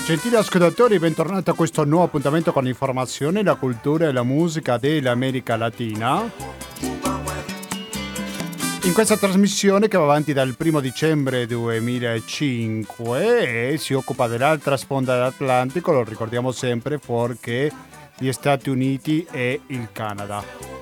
Gentili ascoltatori, bentornati a questo nuovo appuntamento con l'informazione, la cultura e la musica dell'America Latina. In questa trasmissione che va avanti dal 1 dicembre 2005 e si occupa dell'altra sponda dell'Atlantico, lo ricordiamo sempre, fuorché gli Stati Uniti e il Canada.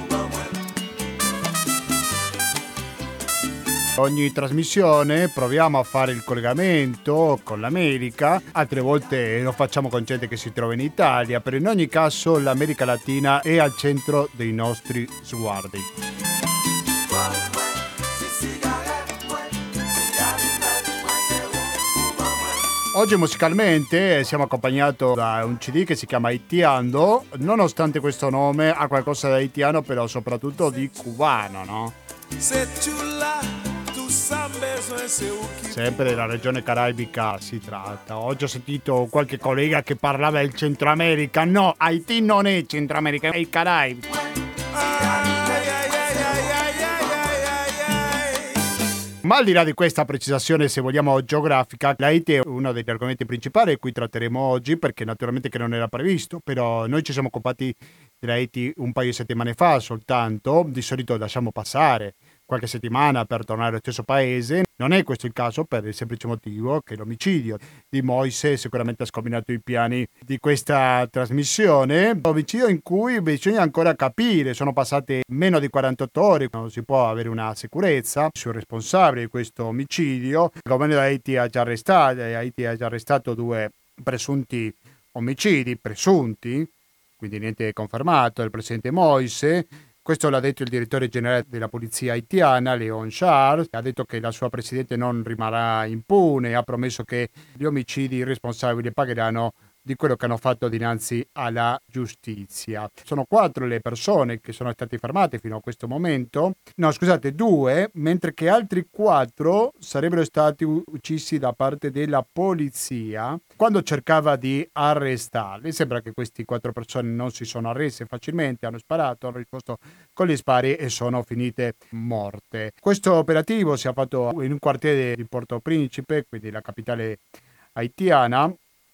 Ogni trasmissione proviamo a fare il collegamento con l'America, altre volte lo facciamo con gente che si trova in Italia, però in ogni caso l'America Latina è al centro dei nostri sguardi. Oggi musicalmente siamo accompagnati da un CD che si chiama Haitiando, nonostante questo nome ha qualcosa da haitiano, però soprattutto di cubano, no? Sempre della regione caraibica si tratta. Oggi ho sentito qualche collega che parlava del Centro America. No, Haiti non è Centro America, è i Caraibi. Ma al di là di questa precisazione, se vogliamo, geografica, l'Haiti è uno degli argomenti principali di cui tratteremo oggi, perché naturalmente che non era previsto, però noi ci siamo occupati dell'Haiti un paio di settimane fa soltanto. Di solito lasciamo passare qualche settimana per tornare allo stesso paese. Non è questo il caso, per il semplice motivo che l'omicidio di Moise sicuramente ha scombinato i piani di questa trasmissione. Omicidio in cui bisogna ancora capire, sono passate meno di 48 ore, non si può avere una sicurezza sul responsabile di questo omicidio. Il governo di Haiti ha già arrestato 2 presunti omicidi, quindi niente confermato, del presidente Moise. Questo l'ha detto il direttore generale della polizia haitiana, Leon Charles. Ha detto che la sua presidente non rimarrà impune, ha promesso che gli omicidi responsabili pagheranno di quello che hanno fatto dinanzi alla giustizia. Sono 4 le persone che sono state fermate fino a questo momento. No, scusate, 2, mentre che altri 4 sarebbero stati uccisi da parte della polizia quando cercava di arrestarli. Sembra che queste 4 persone non si sono arrese facilmente, hanno sparato, hanno risposto con gli spari e sono finite morte. Questo operativo si è fatto in un quartiere di Porto Principe, quindi la capitale haitiana,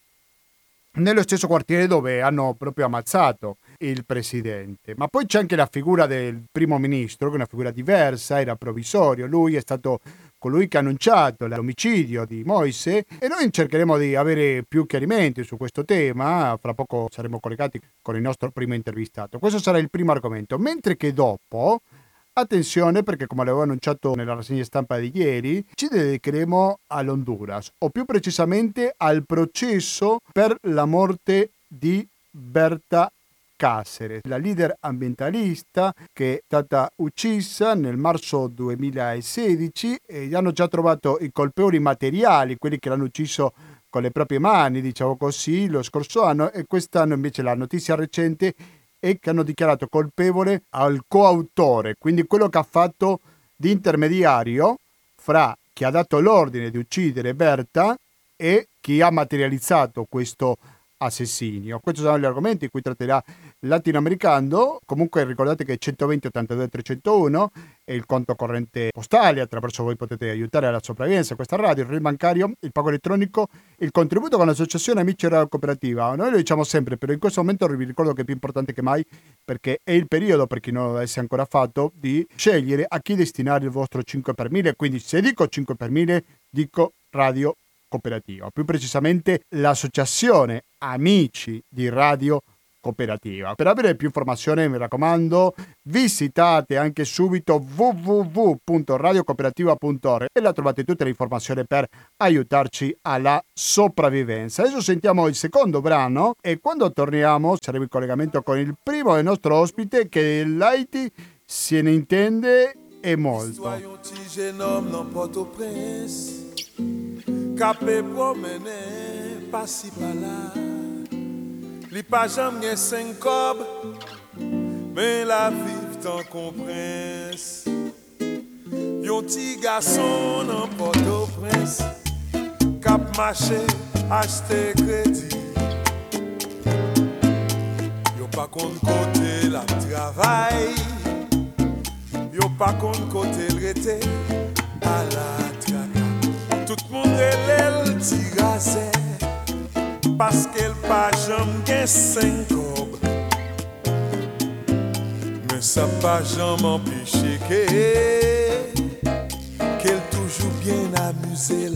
nello stesso quartiere dove hanno proprio ammazzato il presidente. Ma poi c'è anche la figura del primo ministro, che è una figura diversa, era provvisorio. Lui è stato colui che ha annunciato l'omicidio di Moise e noi cercheremo di avere più chiarimenti su questo tema. Fra poco saremo collegati con il nostro primo intervistato. Questo sarà il primo argomento, mentre che dopo, attenzione, perché come l'avevo annunciato nella rassegna stampa di ieri, ci dedicheremo all'Honduras, o più precisamente al processo per la morte di Berta Cáceres, la leader ambientalista che è stata uccisa nel marzo 2016 e gli hanno già trovato i colpevoli materiali, quelli che l'hanno ucciso con le proprie mani, diciamo così, lo scorso anno, e quest'anno invece la notizia recente e che hanno dichiarato colpevole al coautore, quindi quello che ha fatto di intermediario fra chi ha dato l'ordine di uccidere Berta e chi ha materializzato questo assassinio. Questi sono gli argomenti di cui tratterà Latinoamericano. Comunque ricordate che 120 82 301 è il conto corrente postale, attraverso voi potete aiutare alla sopravvivenza a questa radio, il RID bancario, il pago elettronico, il contributo con l'associazione Amici Radio Cooperativa. Noi lo diciamo sempre, però in questo momento vi ricordo che è più importante che mai, perché è il periodo, per chi non lo avesse ancora fatto, di scegliere a chi destinare il vostro 5 per 1000. Quindi se dico 5 per 1000 dico Radio Cooperativa, più precisamente l'associazione Amici di Radio Cooperativa. Per avere più informazioni, mi raccomando, visitate anche subito www.radiocooperativa.org e là trovate tutte le informazioni per aiutarci alla sopravvivenza. Adesso sentiamo il secondo brano e quando torniamo saremo in collegamento con il primo del nostro ospite che dell'Haiti se ne intende e molto. Capé promene, passi par là. Li pa jam gen 5 kob, men la viv tan kon prens. Yon ti gason nan Port-au-Prince, kap mache, achete kredi. Yo pa kon kote la travay, yo pa kon kote l rete a la traka. Tout moun relèl ti gazè, Paskel pa jam gen 5 kob, men sa pa jam empêche qu'elle toujours bien amusée.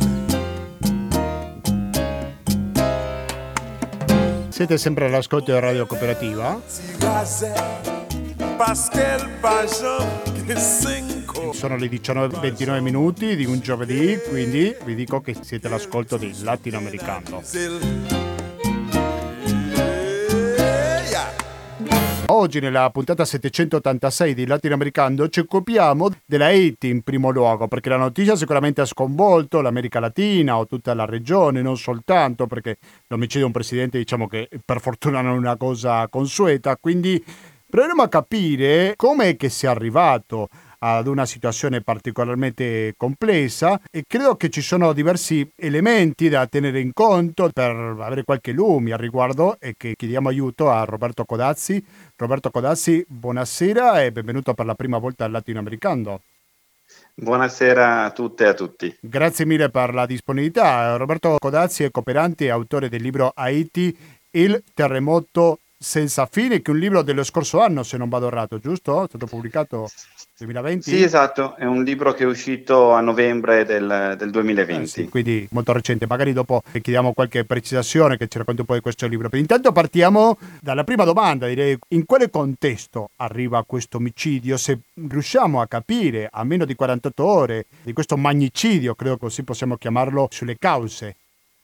Siete sempre all'ascolto di Radio Cooperativa. Paskel pa jam gen 5 kob. Sono le 19:29 minuti di un giovedì, quindi vi dico che siete all'ascolto di Latinoamericano. Oggi nella puntata 786 di Latinoamericano ci occupiamo della Haiti in primo luogo, perché la notizia sicuramente ha sconvolto l'America Latina o tutta la regione, non soltanto perché l'omicidio di un presidente diciamo che per fortuna non è una cosa consueta, quindi proviamo a capire come è che si è arrivato ad una situazione particolarmente complessa e credo che ci sono diversi elementi da tenere in conto per avere qualche lume al riguardo e che chiediamo aiuto a Roberto Codazzi. Roberto Codazzi, buonasera e benvenuto per la prima volta al Latinoamericano. Buonasera a tutte e a tutti. Grazie mille per la disponibilità. Roberto Codazzi è cooperante e autore del libro Haiti, il terremoto senza fine, che è un libro dello scorso anno, se non vado errato, giusto? È stato pubblicato 2020? Sì, esatto, è un libro che è uscito a novembre del 2020. Sì, quindi molto recente. Magari dopo chiediamo qualche precisazione che ci racconti un po' di questo libro. Per intanto partiamo dalla prima domanda, direi in quale contesto arriva questo omicidio, se riusciamo a capire a meno di 48 ore di questo magnicidio, credo così possiamo chiamarlo, sulle cause.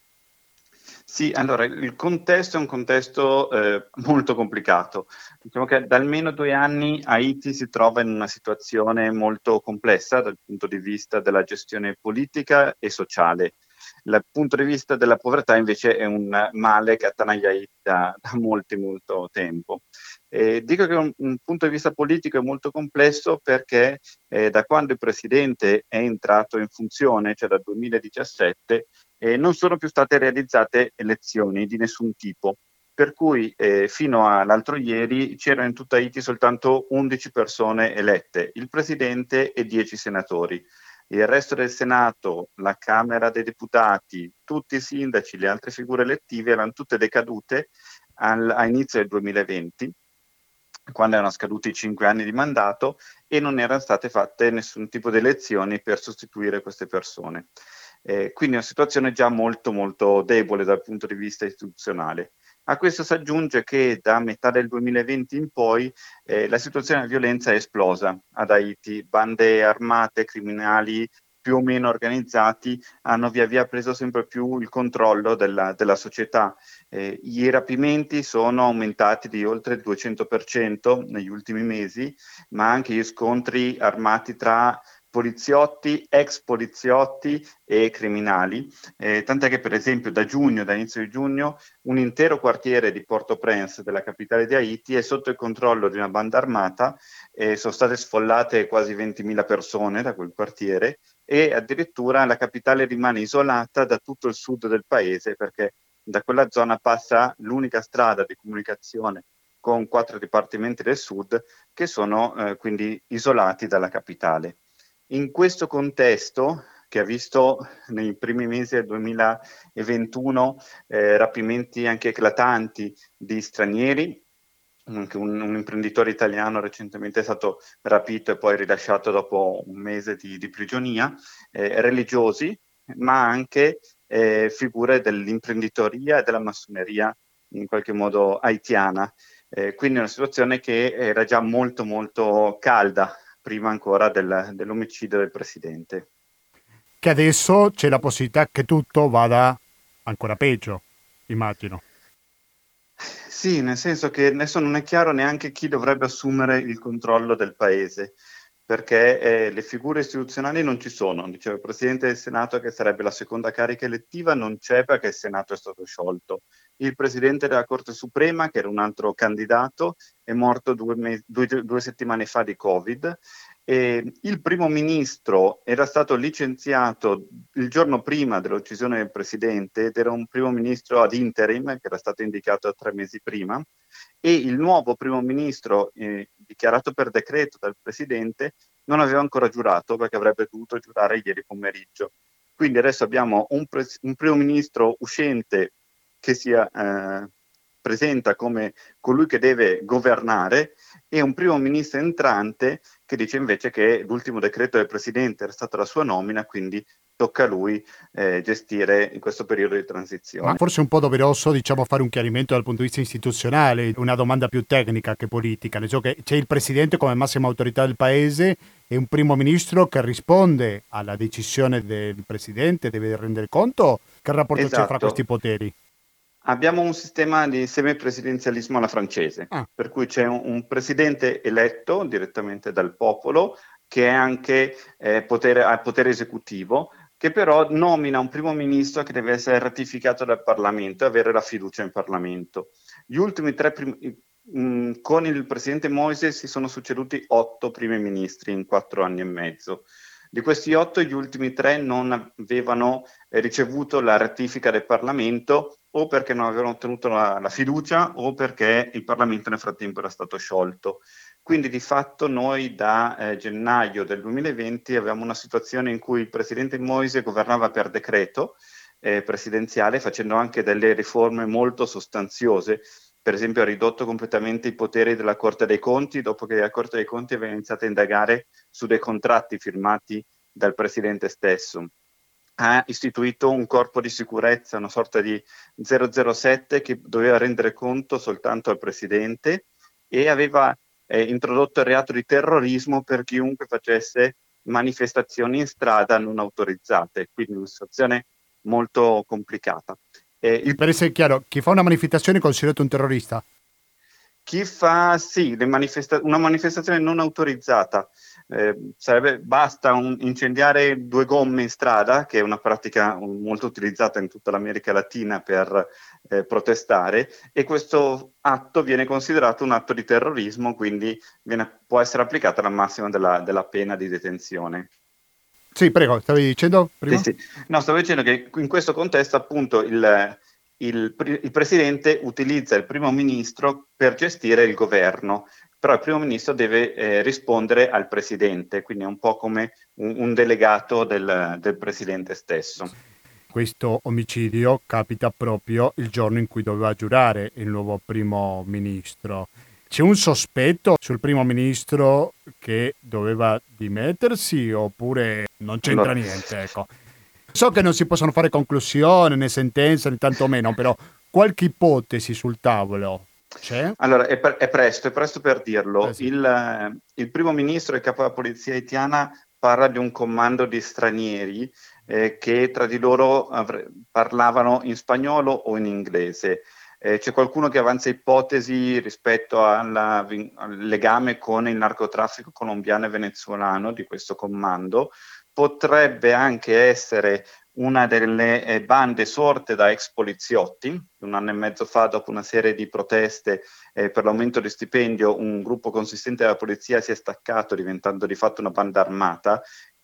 Sì, allora il contesto è un contesto molto complicato. Diciamo che da almeno 2 anni Haiti si trova in una situazione molto complessa dal punto di vista della gestione politica e sociale. Dal punto di vista della povertà invece è un male che attanaglia Haiti da molto tempo. Dico che un punto di vista politico è molto complesso perché da quando il presidente è entrato in funzione, cioè dal 2017, non sono più state realizzate elezioni di nessun tipo, per cui fino all'altro ieri c'erano in tutta Haiti soltanto 11 persone elette, il presidente e 10 senatori. Il resto del Senato, la Camera dei Deputati, tutti i sindaci, le altre figure elettive erano tutte decadute a inizio del 2020, quando erano scaduti 5 anni di mandato e non erano state fatte nessun tipo di elezioni per sostituire queste persone. Quindi è una situazione già molto debole dal punto di vista istituzionale. A questo si aggiunge che da metà del 2020 in poi la situazione di violenza è esplosa ad Haiti. Bande armate, criminali più o meno organizzati hanno via preso sempre più il controllo della società. I rapimenti sono aumentati di oltre il 200% negli ultimi mesi, ma anche gli scontri armati tra poliziotti, ex poliziotti e criminali, tant'è che per esempio da inizio di giugno, un intero quartiere di Port-au-Prince, della capitale di Haiti, è sotto il controllo di una banda armata, sono state sfollate quasi 20.000 persone da quel quartiere e addirittura la capitale rimane isolata da tutto il sud del paese perché da quella zona passa l'unica strada di comunicazione con 4 dipartimenti del sud che sono quindi isolati dalla capitale. In questo contesto, che ha visto nei primi mesi del 2021 rapimenti anche eclatanti di stranieri, anche un imprenditore italiano recentemente è stato rapito e poi rilasciato dopo un mese di prigionia, religiosi, ma anche figure dell'imprenditoria e della massoneria in qualche modo haitiana. Quindi una situazione che era già molto calda prima ancora dell'omicidio del presidente. Che adesso c'è la possibilità che tutto vada ancora peggio, immagino. Sì, nel senso che adesso non è chiaro neanche chi dovrebbe assumere il controllo del paese, perché le figure istituzionali non ci sono. Dicevo, il Presidente del Senato, che sarebbe la seconda carica elettiva, non c'è perché il Senato è stato sciolto. Il Presidente della Corte Suprema, che era un altro candidato, è morto 2 settimane fa di Covid. Il primo ministro era stato licenziato il giorno prima dell'uccisione del Presidente ed era un primo ministro ad interim, che era stato indicato 3 mesi prima, e il nuovo primo ministro, dichiarato per decreto dal Presidente, non aveva ancora giurato perché avrebbe dovuto giurare ieri pomeriggio. Quindi adesso abbiamo un primo ministro uscente che si presenta come colui che deve governare, e un primo ministro entrante che dice invece che l'ultimo decreto del presidente era stata la sua nomina, quindi tocca a lui gestire in questo periodo di transizione. Ma forse è un po' doveroso, diciamo, fare un chiarimento dal punto di vista istituzionale, una domanda più tecnica che politica, nel senso che c'è il presidente come massima autorità del paese e un primo ministro che risponde alla decisione del presidente, deve rendere conto. Che rapporto c'è fra questi Esatto. poteri? Abbiamo un sistema di semipresidenzialismo alla francese, Ah, per cui c'è un presidente eletto direttamente dal popolo che è anche ha potere esecutivo, che però nomina un primo ministro che deve essere ratificato dal Parlamento e avere la fiducia in Parlamento. Gli ultimi con il presidente Moise si sono succeduti 8 primi ministri in 4 anni e mezzo. Di questi 8, gli ultimi 3 non avevano ricevuto la ratifica del Parlamento, o perché non avevano ottenuto la fiducia o perché il Parlamento nel frattempo era stato sciolto. Quindi di fatto noi da gennaio del 2020 avevamo una situazione in cui il presidente Moise governava per decreto presidenziale, facendo anche delle riforme molto sostanziose. Per esempio ha ridotto completamente i poteri della Corte dei Conti, dopo che la Corte dei Conti aveva iniziato a indagare su dei contratti firmati dal presidente stesso. Ha istituito un corpo di sicurezza, una sorta di 007 che doveva rendere conto soltanto al presidente, e aveva introdotto il reato di terrorismo per chiunque facesse manifestazioni in strada non autorizzate, quindi una situazione molto complicata. per essere chiaro, chi fa una manifestazione è considerato un terrorista? Chi fa sì, una manifestazione non autorizzata, basta incendiare 2 gomme in strada, che è una pratica molto utilizzata in tutta l'America Latina per protestare, e questo atto viene considerato un atto di terrorismo, quindi può essere applicata la massima della pena di detenzione. Sì, prego, stavi dicendo prima? Sì. No, stavo dicendo che in questo contesto appunto il presidente utilizza il primo ministro per gestire il governo, però il primo ministro deve rispondere al presidente, quindi è un po' come un delegato del presidente stesso. Questo omicidio capita proprio il giorno in cui doveva giurare il nuovo primo ministro. C'è un sospetto sul primo ministro che doveva dimettersi oppure non c'entra Allora, niente, ecco. So che non si possono fare conclusioni né sentenze né tantomeno, però qualche ipotesi sul tavolo c'è? Allora, è presto per dirlo. Sì. Il primo ministro e capo della polizia haitiana parla di un comando di stranieri che tra di loro parlavano in spagnolo o in inglese. C'è qualcuno che avanza ipotesi rispetto al legame con il narcotraffico colombiano e venezuelano di questo comando. Potrebbe anche essere una delle bande sorte da ex poliziotti. 1 anno e mezzo fa, dopo una serie di proteste per l'aumento di stipendio, un gruppo consistente della polizia si è staccato, diventando di fatto una banda armata,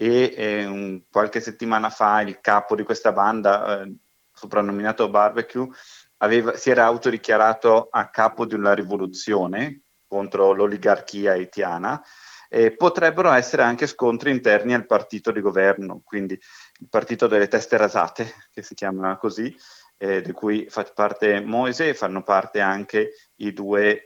e qualche settimana fa il capo di questa banda, soprannominato Barbecue, si era autodichiarato a capo di una rivoluzione contro l'oligarchia haitiana. Potrebbero essere anche scontri interni al partito di governo, quindi il partito delle teste rasate, che si chiama così, di cui fa parte Moise, e fanno parte anche i 2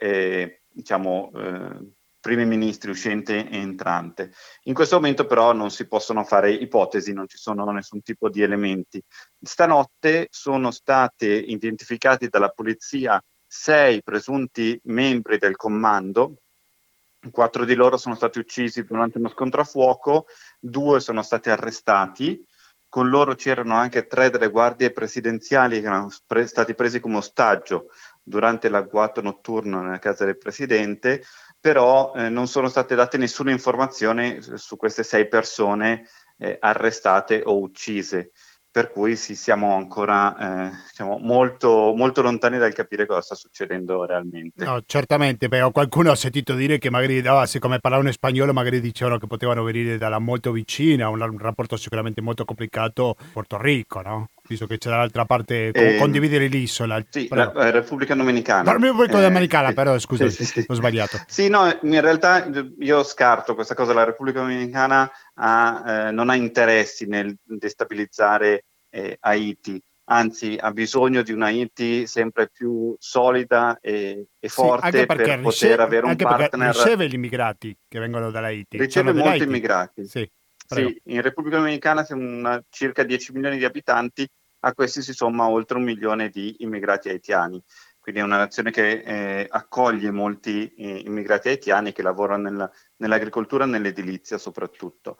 primi ministri, uscente e entrante. In questo momento però non si possono fare ipotesi, non ci sono nessun tipo di elementi. Stanotte sono state identificati dalla polizia 6 presunti membri del comando. 4 di loro sono stati uccisi durante uno scontro a fuoco, 2 sono stati arrestati. Con loro c'erano anche 3 delle guardie presidenziali che erano stati presi come ostaggio durante l'agguato notturno nella casa del presidente, però non sono state date nessuna informazione su queste 6 persone arrestate o uccise. Per cui siamo ancora molto, molto lontani dal capire cosa sta succedendo realmente. No, certamente, però qualcuno ha sentito dire che magari, siccome parlavano in spagnolo, magari dicevano che potevano venire dalla molto vicina, un rapporto sicuramente molto complicato, Porto Rico, no? Visto che c'è dall'altra parte, condividere l'isola. Sì, la Repubblica Dominicana. La Repubblica Dominicana, sì, però scusa, sì. ho sbagliato. Sì, no, in realtà io scarto questa cosa. La Repubblica Dominicana non ha interessi nel destabilizzare Haiti, anzi ha bisogno di una Haiti sempre più solida e Sì, forte per poter avere un anche perché partner. riceve gli immigrati che vengono dall'Haiti. Sono Riceve molti dell'Haiti? immigrati. Sì, prego. Sì, in Repubblica Dominicana siamo circa 10 milioni di abitanti, a questi si somma oltre 1 milione di immigrati haitiani. Quindi è una nazione che accoglie molti immigrati haitiani che lavorano nell'agricoltura e nell'edilizia soprattutto.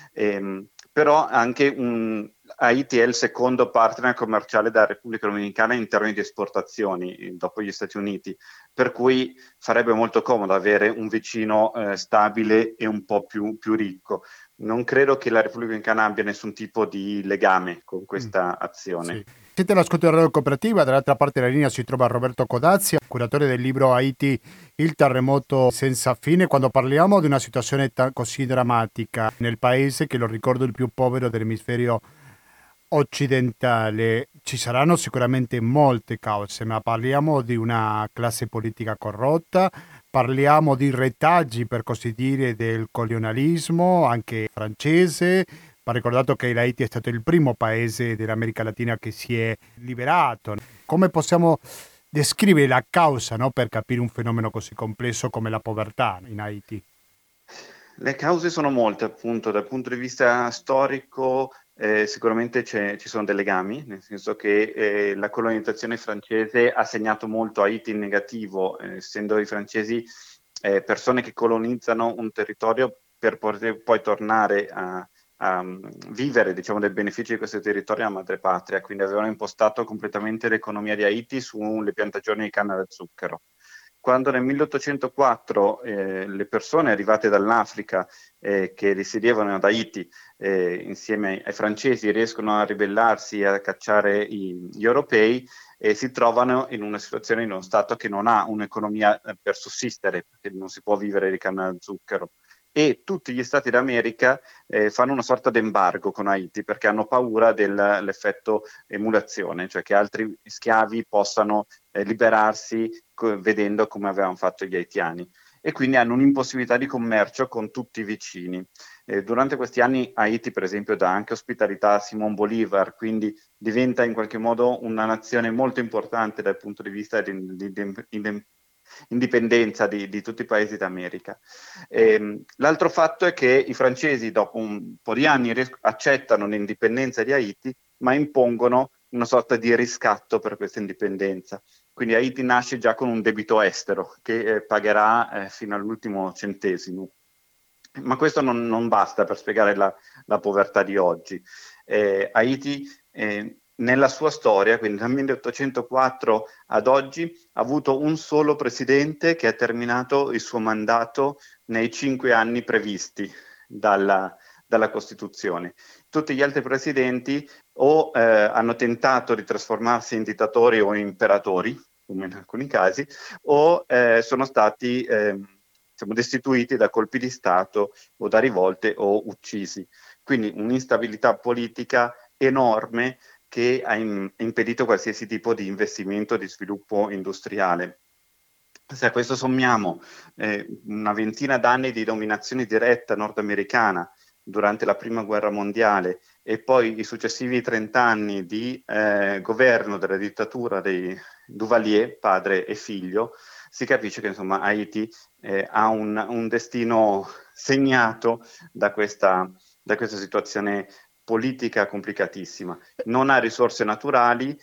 Però anche Haiti è il secondo partner commerciale della Repubblica Dominicana in termini di esportazioni, dopo gli Stati Uniti, per cui farebbe molto comodo avere un vicino stabile e un po' più ricco. Non credo che la Repubblica Dominicana abbia nessun tipo di legame con Mm, questa sì. azione. Siete all'ascolto della Radio Cooperativa, dall'altra parte della linea si trova Roberto Codazzi, curatore del libro Haiti, il terremoto senza fine. Quando parliamo di una situazione così drammatica nel paese, che lo ricordo il più povero dell'emisfero occidentale, ci saranno sicuramente molte cause, ma parliamo di una classe politica corrotta, parliamo di retaggi, per così dire, del colonialismo, anche francese. Va ricordato che l'Haiti è stato il primo paese dell'America Latina che si è liberato. Come possiamo descrivere la causa, no, per capire un fenomeno così complesso come la povertà in Haiti? Le cause sono molte, appunto, dal punto di vista storico sicuramente ci sono dei legami, nel senso che la colonizzazione francese ha segnato molto Haiti in negativo, essendo i francesi persone che colonizzano un territorio per poter poi tornare a vivere, diciamo, dei benefici di questo territorio a madrepatria, quindi avevano impostato completamente l'economia di Haiti sulle piantagioni di canna da zucchero. Quando nel 1804 le persone arrivate dall'Africa che risiedevano ad Haiti insieme ai francesi riescono a ribellarsi e a cacciare gli europei e si trovano in una situazione, in uno stato che non ha un'economia per sussistere, perché non si può vivere di canna da zucchero. E tutti gli stati d'America fanno una sorta di embargo con Haiti perché hanno paura dell'effetto emulazione, cioè che altri schiavi possano liberarsi vedendo come avevano fatto gli haitiani. E quindi hanno un'impossibilità di commercio con tutti i vicini. Durante questi anni Haiti, per esempio, dà anche ospitalità a Simon Bolivar, quindi diventa in qualche modo una nazione molto importante dal punto di vista indipendenza di tutti i paesi d'America. L'altro fatto è che i francesi dopo un po' di anni accettano l'indipendenza di Haiti, ma impongono una sorta di riscatto per questa indipendenza. Quindi Haiti nasce già con un debito estero che pagherà fino all'ultimo centesimo. Ma questo non basta per spiegare la povertà di oggi. Haiti nella sua storia, quindi dal 1804 ad oggi, ha avuto un solo presidente che ha terminato il suo mandato nei 5 anni previsti dalla Costituzione. Tutti gli altri presidenti o hanno tentato di trasformarsi in dittatori o in imperatori, come in alcuni casi, o sono stati destituiti da colpi di Stato o da rivolte o uccisi. Quindi un'instabilità politica enorme che ha impedito qualsiasi tipo di investimento e di sviluppo industriale. Se a questo sommiamo una ventina d'anni di dominazione diretta nordamericana durante la Prima Guerra Mondiale e poi i successivi 30 anni di governo della dittatura dei Duvalier, padre e figlio, si capisce che insomma Haiti ha un destino segnato da questa situazione politica complicatissima. Non ha risorse naturali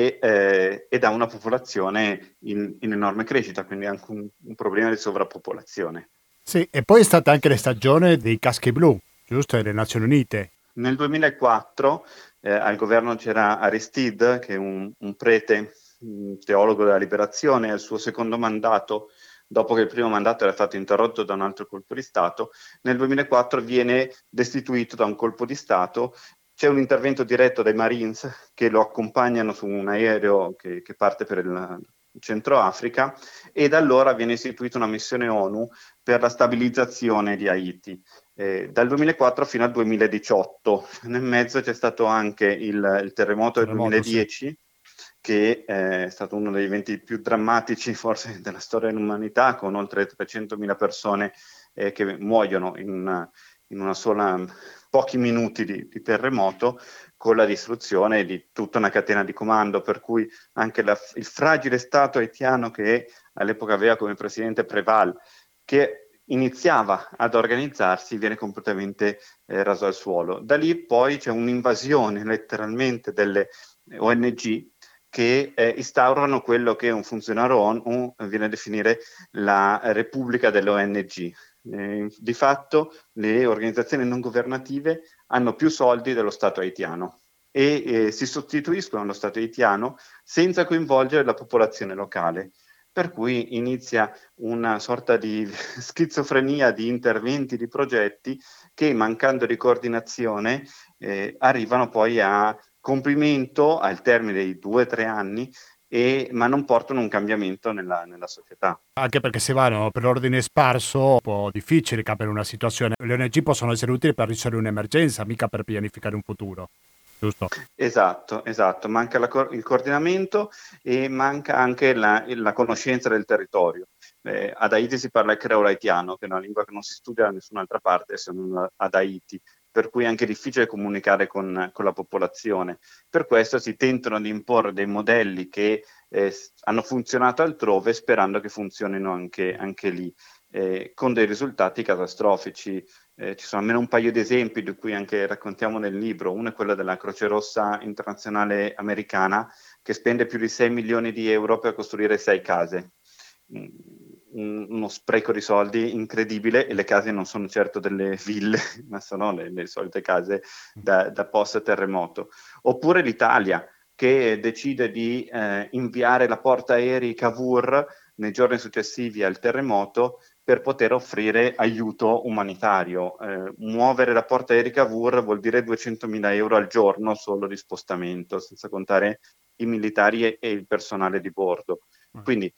ed ha una popolazione in enorme crescita, quindi anche un problema di sovrappopolazione. Sì, e poi è stata anche la stagione dei caschi blu, giusto? Delle Nazioni Unite. Nel 2004 al governo c'era Aristide, che è un prete, un teologo della liberazione, al suo secondo mandato, dopo che il primo mandato era stato interrotto da un altro colpo di Stato, nel 2004 viene destituito da un colpo di Stato. C'è un intervento diretto dai Marines che lo accompagnano su un aereo che parte per il Centro Africa e da allora viene istituita una missione ONU per la stabilizzazione di Haiti. Dal 2004 fino al 2018. Nel mezzo c'è stato anche il terremoto del 2010, sì, che è stato uno degli eventi più drammatici forse della storia dell'umanità, con oltre 300.000 persone che muoiono in una sola pochi minuti di terremoto, con la distruzione di tutta una catena di comando, per cui anche il fragile Stato haitiano che all'epoca aveva come presidente Préval, che iniziava ad organizzarsi, viene completamente raso al suolo. Da lì poi c'è un'invasione letteralmente delle ONG che instaurano quello che un funzionario ONU viene a definire la Repubblica delle ONG. Di fatto le organizzazioni non governative hanno più soldi dello Stato haitiano e si sostituiscono allo Stato haitiano senza coinvolgere la popolazione locale. Per cui inizia una sorta di schizofrenia di interventi, di progetti che, mancando di coordinazione, arrivano poi a compimento al termine dei 2 o 3 anni, ma non portano un cambiamento nella società. Anche perché se vanno per ordine sparso è un po' difficile capire una situazione. Le ONG possono essere utili per risolvere un'emergenza, mica per pianificare un futuro, giusto? Esatto. Manca il coordinamento e manca anche la conoscenza del territorio. Ad Haiti si parla il creolo haitiano, che è una lingua che non si studia da nessun'altra parte se non ad Haiti, per cui è anche difficile comunicare con la popolazione. Per questo si tentano di imporre dei modelli che hanno funzionato altrove, sperando che funzionino anche lì, con dei risultati catastrofici. Ci sono almeno un paio di esempi di cui anche raccontiamo nel libro. Uno è quello della Croce Rossa Internazionale Americana, che spende più di 6 milioni di euro per costruire 6 case. Uno spreco di soldi incredibile, e le case non sono certo delle ville, ma sono le solite case da post terremoto. Oppure l'Italia, che decide di inviare la portaerei Cavour nei giorni successivi al terremoto per poter offrire aiuto umanitario. Muovere la portaerei Cavour vuol dire 200.000 euro al giorno solo di spostamento, senza contare i militari e il personale di bordo. Quindi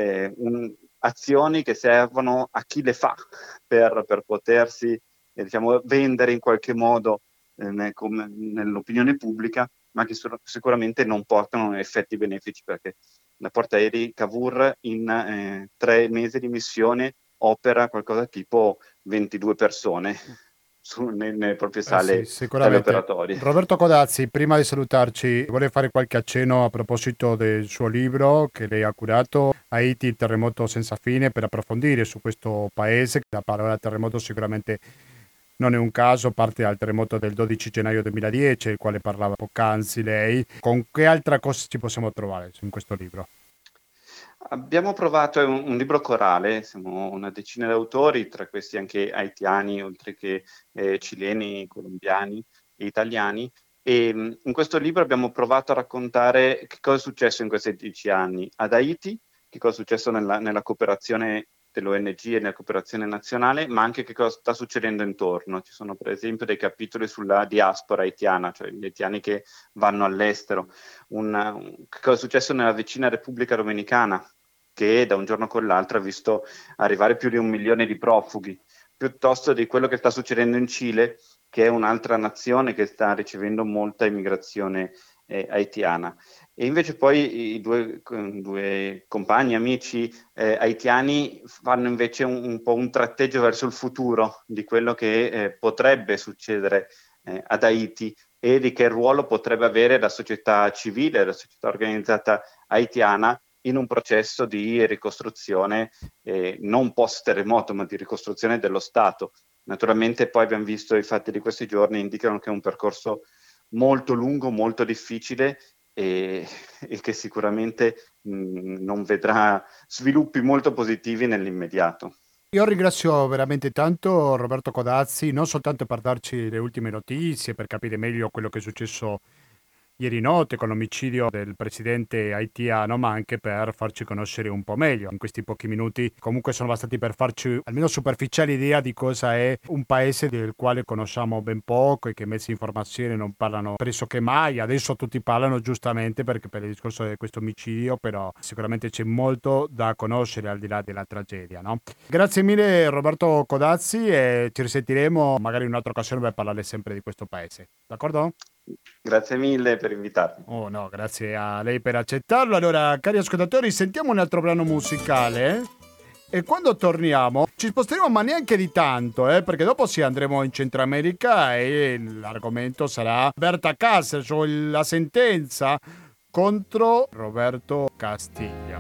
azioni che servono a chi le fa per potersi vendere in qualche modo nell'opinione pubblica, ma che sicuramente non portano effetti benefici, perché la portaerei Cavour in 3 mesi di missione opera qualcosa tipo 22 persone nelle proprie sale, Sì, sale sicuramente. operatorie. Roberto Codazzi, prima di salutarci, vuole fare qualche accenno a proposito del suo libro che lei ha curato, Haiti, il terremoto senza fine, per approfondire su questo paese. La parola terremoto sicuramente non è un caso, parte dal terremoto del 12 gennaio 2010, il quale parlava poc'anzi lei. Con che altra cosa ci possiamo trovare in questo libro? Abbiamo provato, è un libro corale, siamo una decina di autori, tra questi anche haitiani, oltre che cileni, colombiani e italiani. E in questo libro abbiamo provato a raccontare che cosa è successo in questi 10 anni ad Haiti, che cosa è successo nella cooperazione dell'ONG e nella cooperazione nazionale, ma anche che cosa sta succedendo intorno. Ci sono per esempio dei capitoli sulla diaspora haitiana, cioè gli haitiani che vanno all'estero, che cosa è successo nella vicina Repubblica Dominicana, che da un giorno con l'altro ha visto arrivare più di 1 milione di profughi, piuttosto di quello che sta succedendo in Cile, che è un'altra nazione che sta ricevendo molta immigrazione haitiana. E invece poi i due compagni, amici haitiani fanno invece un po' un tratteggio verso il futuro di quello che potrebbe succedere ad Haiti e di che ruolo potrebbe avere la società civile, la società organizzata haitiana in un processo di ricostruzione non post-terremoto, ma di ricostruzione dello Stato. Naturalmente poi abbiamo visto i fatti di questi giorni, indicano che è un percorso molto lungo, molto difficile e che sicuramente non vedrà sviluppi molto positivi nell'immediato. Io ringrazio veramente tanto Roberto Codazzi, non soltanto per darci le ultime notizie, per capire meglio quello che è successo ieri notte con l'omicidio del presidente haitiano, ma anche per farci conoscere un po' meglio. In questi pochi minuti comunque sono bastati per farci almeno superficiale idea di cosa è un paese del quale conosciamo ben poco e che i mezzi di informazione non parlano pressoché mai. Adesso tutti parlano giustamente perché per il discorso di questo omicidio, però sicuramente c'è molto da conoscere al di là della tragedia, no? Grazie mille Roberto Codazzi e ci risentiremo magari in un'altra occasione per parlare sempre di questo paese. D'accordo? Grazie mille per invitarmi. Oh no, grazie a lei per accettarlo. Allora, cari ascoltatori, sentiamo un altro brano musicale E quando torniamo ci sposteremo, ma neanche di tanto, perché dopo sì andremo in Centro America e l'argomento sarà Berta Cáceres, cioè la sentenza contro Roberto Castiglia.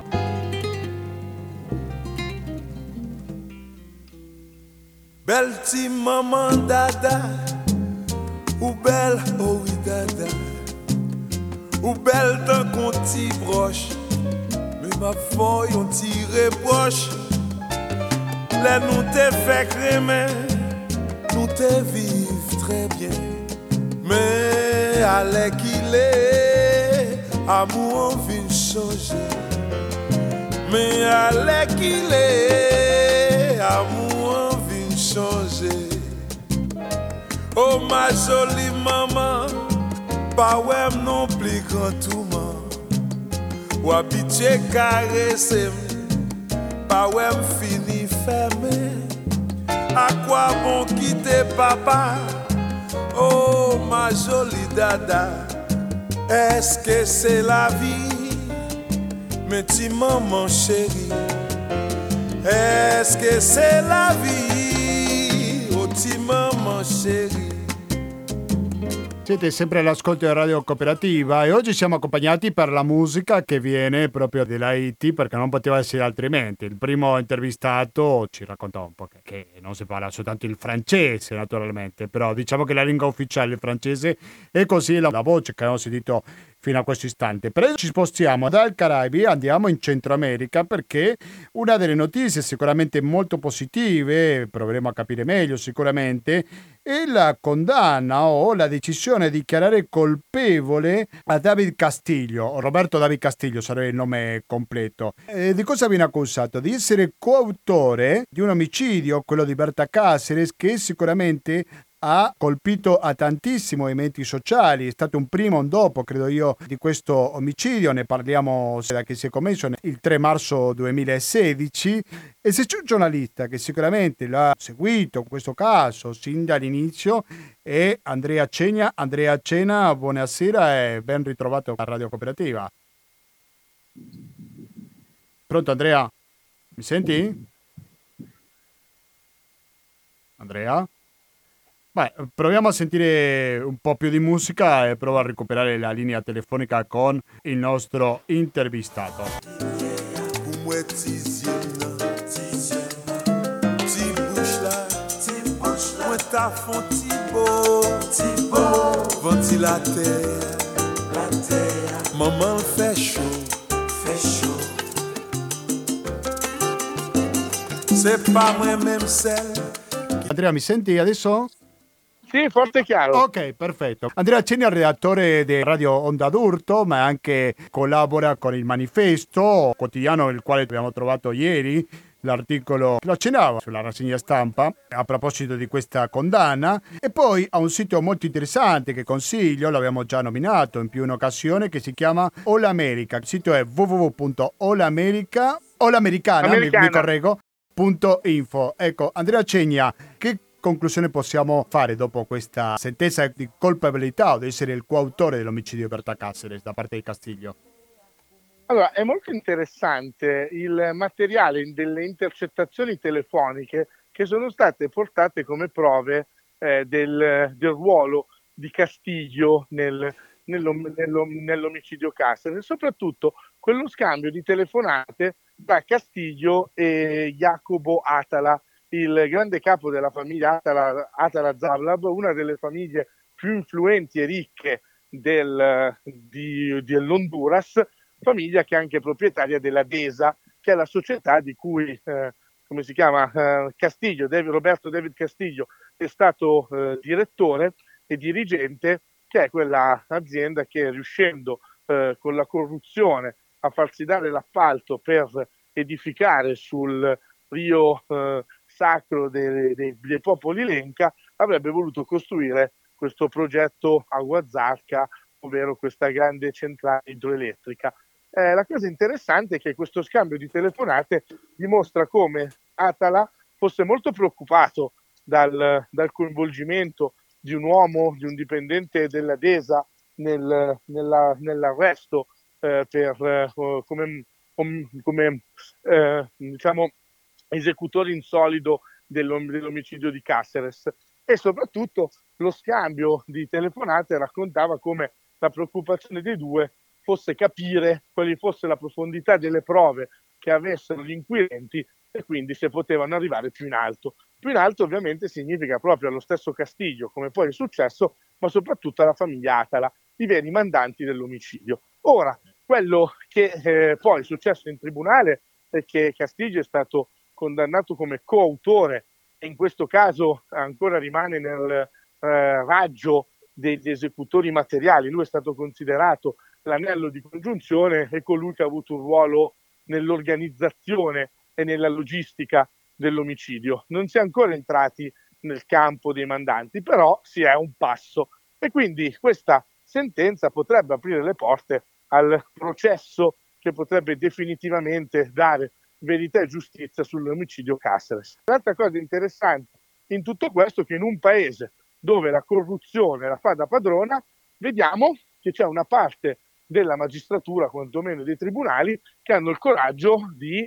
Belle ti maman dada, ou belle oh oui dada, ou belle tant qu'on t'y broche, mais ma feuille on t'y reproche. Là nous te fait crémer, nous te vivre très bien, mais allez qu'il est, amour on vient changer, mais allez qu'il est, amour on vient changer. Oh ma jolie maman, pas ouais non plus grand tout man, ou habitué caresser, pas ouais fini fermé. À quoi bon quitter papa? Oh ma jolie dada, est-ce que c'est la vie? Mais ti maman chérie, est-ce que c'est la vie? Oh ti maman chérie. Siete sempre all'ascolto di Radio Cooperativa e oggi siamo accompagnati per la musica che viene proprio dell'Haiti, perché non poteva essere altrimenti. Il primo intervistato ci raccontò un po' che non si parla soltanto il francese naturalmente, però diciamo che la lingua ufficiale è il francese e così la voce che abbiamo sentito fino a questo istante. Però ci spostiamo dal Caraibi, andiamo in Centro America perché una delle notizie sicuramente molto positive, proveremo a capire meglio sicuramente, è la condanna o la decisione di dichiarare colpevole a David Castillo, Roberto David Castillo sarebbe il nome completo. Di cosa viene accusato? Di essere coautore di un omicidio, quello di Berta Cáceres, che sicuramente ha colpito a tantissimi movimenti sociali, è stato un prima e un dopo, credo io, di questo omicidio, ne parliamo da che si è commesso il 3 marzo 2016 e se c'è un giornalista che sicuramente l'ha seguito questo caso sin dall'inizio è Andrea Cegna. Andrea Cegna, buonasera e ben ritrovato a Radio Cooperativa. Pronto Andrea? Mi senti? Andrea? Beh, proviamo a sentire un po' più di musica e provo a recuperare la linea telefonica con il nostro intervistato. Maman fait chaud. C'est pas moi-même celle. Andrea, mi senti adesso? Sì, forte e chiaro. Ok, perfetto. Andrea Cegna è il redattore di Radio Onda d'Urto, ma anche collabora con il Manifesto, quotidiano il quale abbiamo trovato ieri l'articolo che lo accennava sulla rassegna stampa a proposito di questa condanna, e poi ha un sito molto interessante che consiglio, l'abbiamo già nominato in più un'occasione, che si chiama All America. Il sito è www.allamericana.info. Ecco, Andrea Cegna, che conclusione possiamo fare dopo questa sentenza di colpabilità o di essere il coautore dell'omicidio di Berta Cáceres da parte di Castillo? Allora, è molto interessante il materiale delle intercettazioni telefoniche che sono state portate come prove del ruolo di Castillo nell'omicidio Cáceres, e soprattutto quello scambio di telefonate tra Castillo e Jacobo Atala, il grande capo della famiglia Atala Zavlab, una delle famiglie più influenti e ricche dell'Honduras, famiglia che è anche proprietaria della DESA, che è la società di cui, Castillo, Roberto David Castillo, è stato direttore e dirigente, che è quella azienda che, riuscendo con la corruzione a farsi dare l'appalto per edificare sul rio sacro dei popoli Lenca, avrebbe voluto costruire questo progetto Aguazarca, ovvero questa grande centrale idroelettrica. La cosa interessante è che questo scambio di telefonate dimostra come Atala fosse molto preoccupato dal coinvolgimento di un uomo, di un dipendente della DESA nell'arresto esecutori in solido dell'omicidio di Cáceres. E soprattutto lo scambio di telefonate raccontava come la preoccupazione dei due fosse capire quali fosse la profondità delle prove che avessero gli inquirenti e quindi se potevano arrivare più in alto. Più in alto ovviamente significa proprio allo stesso Castiglio, come poi è successo, ma soprattutto alla famiglia Atala, i veri mandanti dell'omicidio. Ora, quello che poi è successo in tribunale è che Castiglio è stato condannato come coautore e in questo caso ancora rimane nel raggio degli esecutori materiali. Lui è stato considerato l'anello di congiunzione e colui che ha avuto un ruolo nell'organizzazione e nella logistica dell'omicidio. Non si è ancora entrati nel campo dei mandanti, però si è un passo e quindi questa sentenza potrebbe aprire le porte al processo che potrebbe definitivamente dare verità e giustizia sull'omicidio Cáceres. L'altra cosa interessante in tutto questo è che in un paese dove la corruzione la fa da padrona, vediamo che c'è una parte della magistratura, quantomeno dei tribunali, che hanno il coraggio di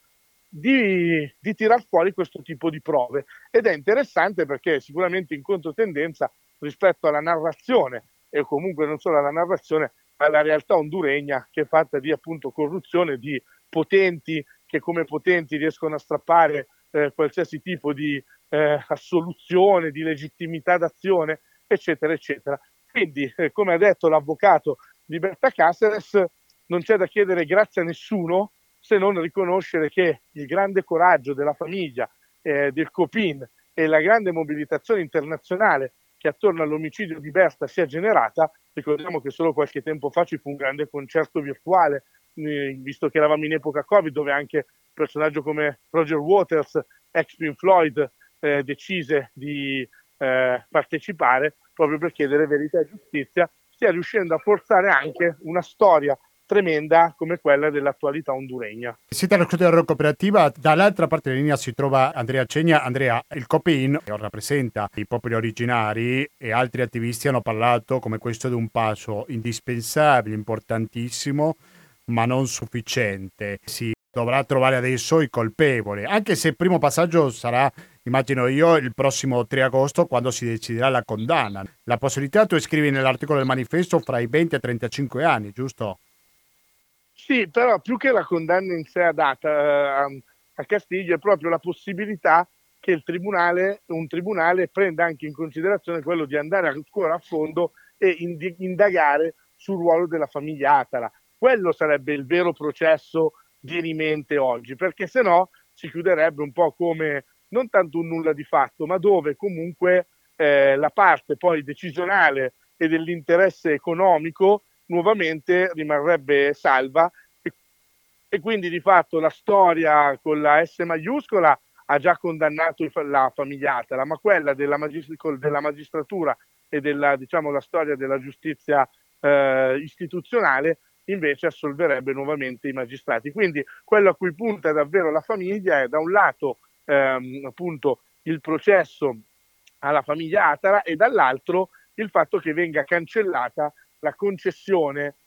tirar fuori questo tipo di prove. Ed è interessante perché è sicuramente in controtendenza rispetto alla narrazione, e comunque non solo alla narrazione, ma alla realtà honduregna, che è fatta di appunto corruzione, di potenti che come potenti riescono a strappare qualsiasi tipo di assoluzione, di legittimità d'azione, eccetera, eccetera. Quindi, come ha detto l'avvocato di Berta Cáceres, non c'è da chiedere grazie a nessuno se non riconoscere che il grande coraggio della famiglia, del Copin e la grande mobilitazione internazionale che attorno all'omicidio di Berta si è generata. Ricordiamo che solo qualche tempo fa ci fu un grande concerto virtuale, visto che eravamo in epoca Covid, dove anche un personaggio come Roger Waters, ex Pink Floyd, decise di partecipare proprio per chiedere verità e giustizia, stia riuscendo a forzare anche una storia tremenda come quella dell'attualità honduregna. Siete all'ascolto della Radio Cooperativa, dall'altra parte della linea si trova Andrea Cegna. Andrea, il Copin rappresenta i popoli originari e altri attivisti hanno parlato come questo di un passo indispensabile, importantissimo, ma non sufficiente. Si dovrà trovare adesso i colpevoli, anche se il primo passaggio sarà, immagino io, il prossimo 3 agosto quando si deciderà la condanna. La possibilità, tu scrivi nell'articolo del manifesto, fra i 20 e i 35 anni, giusto? Sì, però più che la condanna in sé data a Castiglio è proprio la possibilità che un tribunale prenda anche in considerazione quello di andare ancora a fondo e indagare sul ruolo della famiglia Atala. Quello sarebbe il vero processo dirimente oggi, perché se no si chiuderebbe un po' come non tanto un nulla di fatto, ma dove comunque la parte poi decisionale e dell'interesse economico nuovamente rimarrebbe salva e quindi di fatto la storia con la S maiuscola ha già condannato la famiglia Atala, ma quella della magistratura e della, diciamo, la storia della giustizia istituzionale invece assolverebbe nuovamente i magistrati. Quindi quello a cui punta davvero la famiglia è da un lato appunto il processo alla famiglia Atala e dall'altro il fatto che venga cancellata la concessione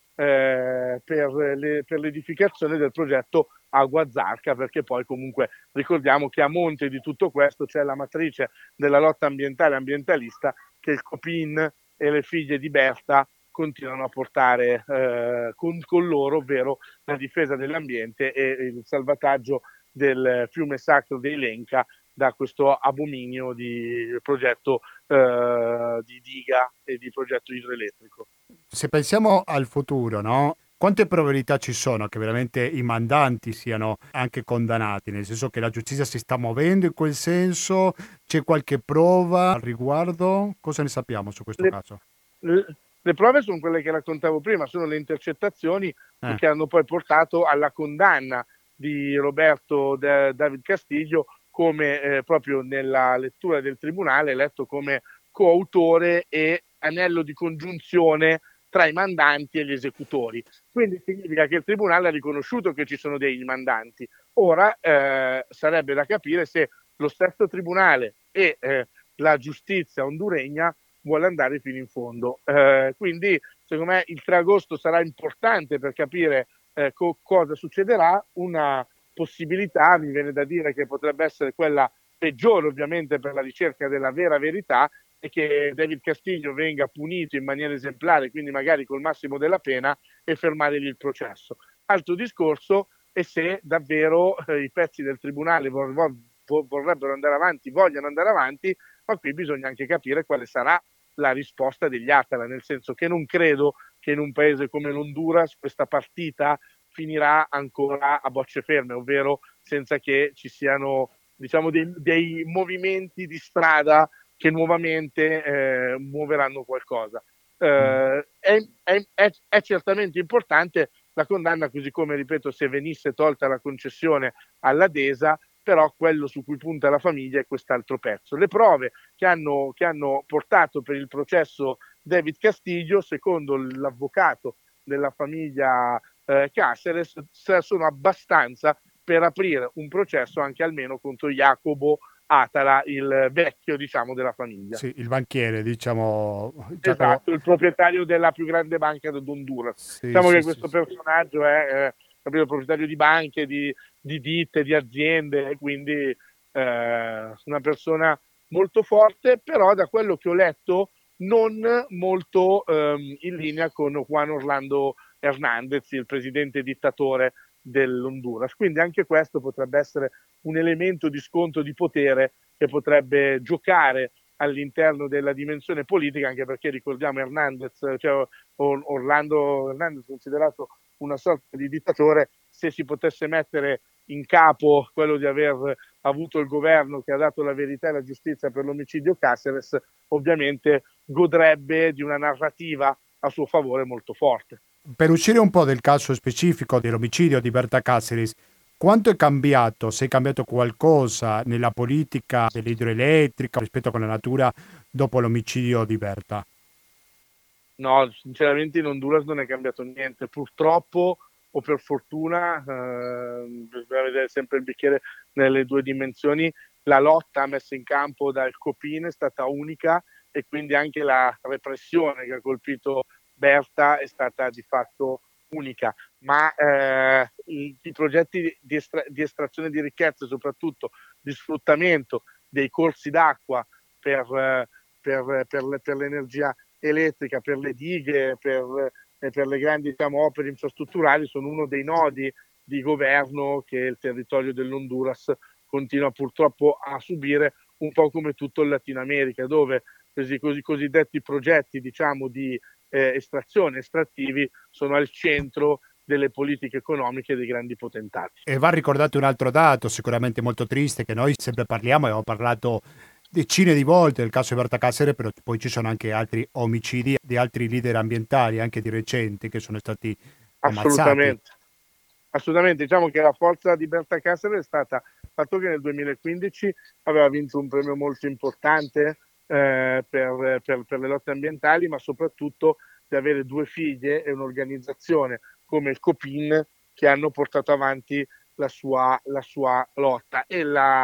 per l'edificazione del progetto Agua Zarca, perché poi comunque ricordiamo che a monte di tutto questo c'è la matrice della lotta ambientale ambientalista che il Copin e le figlie di Berta continuano a portare con loro, ovvero la difesa dell'ambiente e il salvataggio del fiume sacro dei Lenca da questo abominio di progetto di diga e di progetto idroelettrico. Se pensiamo al futuro, no? Quante probabilità ci sono che veramente i mandanti siano anche condannati? Nel senso che la giustizia si sta muovendo in quel senso? C'è qualche prova al riguardo? Cosa ne sappiamo su questo caso? Le prove sono quelle che raccontavo prima, sono le intercettazioni che hanno poi portato alla condanna di Roberto David Castiglio come proprio nella lettura del tribunale eletto come coautore e anello di congiunzione tra i mandanti e gli esecutori. Quindi significa che il tribunale ha riconosciuto che ci sono dei mandanti. Ora sarebbe da capire se lo stesso tribunale e la giustizia honduregna vuole andare fino in fondo. Quindi secondo me il 3 agosto sarà importante per capire cosa succederà. Una possibilità, mi viene da dire che potrebbe essere quella peggiore ovviamente per la ricerca della vera verità, e che David Castillo venga punito in maniera esemplare, quindi magari col massimo della pena, e fermare lì il processo. Altro discorso è se davvero i pezzi del tribunale vorrebbero andare avanti, vogliono andare avanti, ma qui bisogna anche capire quale sarà la risposta degli Atala, nel senso che non credo che in un paese come l'Honduras questa partita finirà ancora a bocce ferme, ovvero senza che ci siano, diciamo, dei movimenti di strada che nuovamente muoveranno qualcosa. È certamente importante la condanna, così come, ripeto, se venisse tolta la concessione alla DESA, però quello su cui punta la famiglia è quest'altro pezzo. Le prove che hanno portato per il processo David Castillo, secondo l'avvocato della famiglia Cáceres, sono abbastanza per aprire un processo anche almeno contro Jacobo Atala, il vecchio, diciamo, della famiglia. Sì, il banchiere, diciamo. Esatto, il proprietario della più grande banca d'Honduras. Sì, diciamo sì, che questo personaggio è proprio il proprietario di banche, di ditte, di aziende, quindi una persona molto forte, però da quello che ho letto non molto in linea con Juan Orlando Hernández, il presidente dittatore dell'Honduras. Quindi anche questo potrebbe essere un elemento di scontro di potere che potrebbe giocare all'interno della dimensione politica, anche perché ricordiamo Orlando Hernández, considerato una sorta di dittatore, se si potesse mettere in capo quello di aver avuto il governo che ha dato la verità e la giustizia per l'omicidio Cáceres, ovviamente godrebbe di una narrativa a suo favore molto forte. Per uscire un po' del caso specifico dell'omicidio di Berta Cáceres, quanto è cambiato, se è cambiato qualcosa nella politica dell'idroelettrica rispetto con la natura dopo l'omicidio di Berta? No, sinceramente in Honduras non è cambiato niente, purtroppo o per fortuna, bisogna vedere sempre il bicchiere nelle due dimensioni. La lotta messa in campo dal COPIN è stata unica, e quindi anche la repressione che ha colpito Berta è stata di fatto unica, ma i progetti di estrazione di ricchezze, soprattutto di sfruttamento dei corsi d'acqua per l'energia elettrica, per le dighe, per le grandi, diciamo, opere infrastrutturali, sono uno dei nodi di governo che il territorio dell'Honduras continua purtroppo a subire, un po' come tutto il Latino America, dove i cosiddetti progetti, diciamo, di estrattivi sono al centro delle politiche economiche dei grandi potentati. E va ricordato un altro dato sicuramente molto triste, che noi sempre parliamo, abbiamo parlato decine di volte del caso di Berta Cáceres, però poi ci sono anche altri omicidi di altri leader ambientali, anche di recente, che sono stati ammazzati. Assolutamente, diciamo che la forza di Berta Cáceres è stata il fatto che nel 2015 aveva vinto un premio molto importante per le lotte ambientali, ma soprattutto di avere due figlie e un'organizzazione come il COPIN che hanno portato avanti la sua lotta, e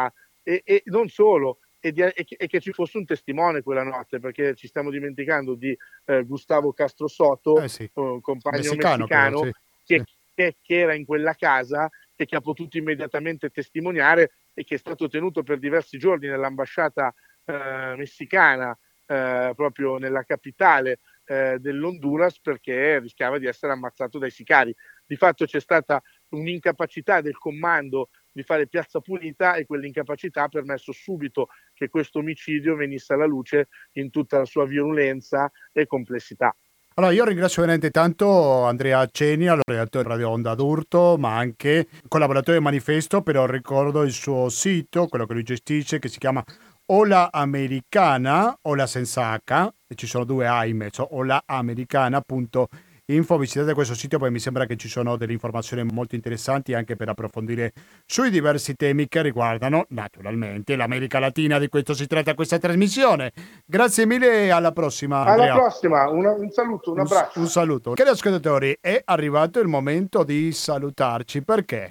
non solo, e che ci fosse un testimone quella notte, perché ci stiamo dimenticando di Gustavo Castro Soto, compagno messicano però, sì. Che era in quella casa e che ha potuto immediatamente testimoniare, e che è stato tenuto per diversi giorni nell'ambasciata messicana, proprio nella capitale dell'Honduras, perché rischiava di essere ammazzato dai sicari. Di fatto c'è stata un'incapacità del comando di fare piazza pulita, e quell'incapacità ha permesso subito che questo omicidio venisse alla luce in tutta la sua virulenza e complessità. Allora, io ringrazio veramente tanto Andrea Cenia, redattore di Radio Onda d'Urto, ma anche collaboratore del Manifesto, però ricordo il suo sito, quello che lui gestisce, che si chiama Ola Americana, Ola senza H, e ci sono due A in mezzo, olaamericana.info. Visitate questo sito, poi mi sembra che ci sono delle informazioni molto interessanti anche per approfondire sui diversi temi che riguardano naturalmente l'America Latina. Di questo si tratta questa trasmissione. Grazie mille e alla prossima, Andrea. Alla prossima, un saluto, un abbraccio. Un saluto. Cari ascoltatori, è arrivato il momento di salutarci. Perché?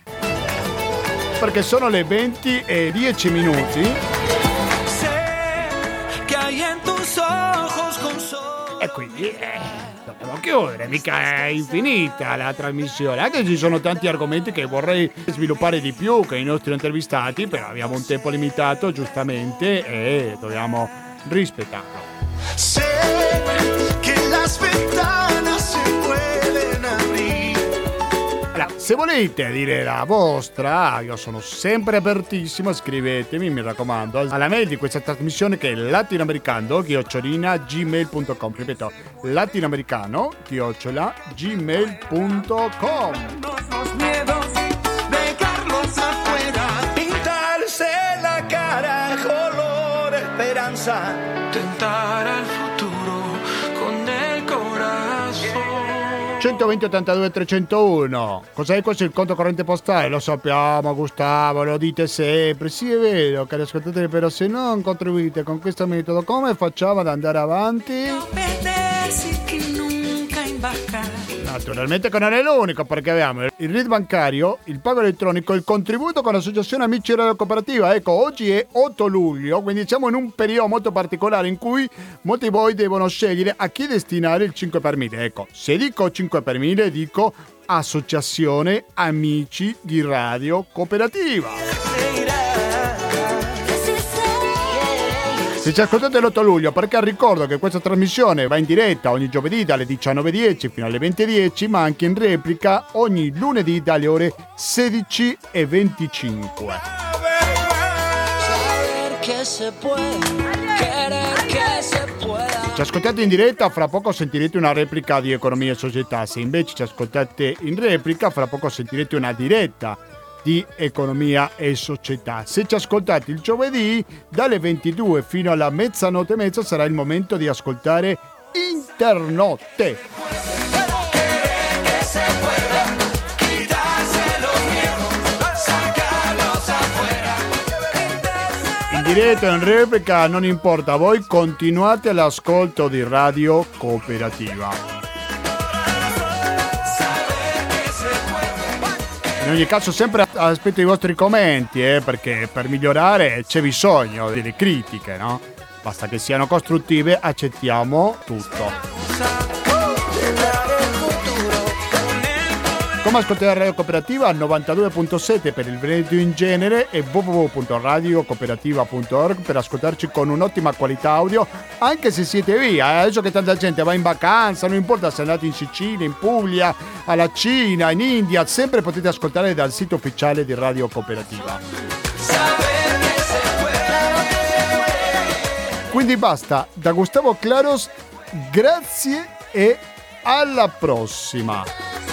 Perché sono le 20:10 e quindi Dobbiamo chiudere, mica è infinita la trasmissione, anche se ci sono tanti argomenti che vorrei sviluppare di più che i nostri intervistati, però abbiamo un tempo limitato giustamente e dobbiamo rispettarlo. Sé que las ventanas se pueden abrir. Allora, se volete dire la vostra, io sono sempre apertissimo, scrivetemi, mi raccomando, alla mail di questa trasmissione che è latinoamericano@gmail.com. Ripeto, latinoamericano@gmail.com. Los miedos, dejarlos afuera. Pintarse la cara color esperanza. Tentar al futuro con el corazón. 120 82 301. Cos'è questo? Il conto corrente postale? Lo sappiamo, Gustavo, lo dite sempre. Sì, è vero, cari ascoltatori, però se non contribuite con questo metodo, come facciamo ad andare avanti? Naturalmente che non è l'unico, perché abbiamo il RID bancario, il pago elettronico, il contributo con l'associazione Amici Radio Cooperativa. Ecco, oggi è 8 luglio, quindi siamo in un periodo molto particolare in cui molti di voi devono scegliere a chi destinare il 5 per 1000. Ecco, se dico 5 per 1000 dico Associazione Amici di Radio Cooperativa. Se ci ascoltate l'8 luglio, perché ricordo che questa trasmissione va in diretta ogni giovedì dalle 19:10 fino alle 20:10, ma anche in replica ogni lunedì dalle ore 16:25. Se ci ascoltate in diretta, fra poco sentirete una replica di Economia e Società. Se invece ci ascoltate in replica, fra poco sentirete una diretta di Economia e Società. Se ci ascoltate il giovedì, dalle 22 fino alla mezzanotte e mezza sarà il momento di ascoltare Internotte. In diretta o in replica, non importa, voi continuate l'ascolto di Radio Cooperativa. In ogni caso sempre aspetto i vostri commenti, perché per migliorare c'è bisogno delle critiche, no? Basta che siano costruttive, accettiamo tutto. Come ascoltare Radio Cooperativa al 92.7 per il Veneto in genere e www.radiocooperativa.org per ascoltarci con un'ottima qualità audio, anche se siete via. Adesso che tanta gente va in vacanza, non importa se andate in Sicilia, in Puglia, alla Cina, in India, sempre potete ascoltare dal sito ufficiale di Radio Cooperativa. Quindi basta, da Gustavo Claros, grazie e alla prossima!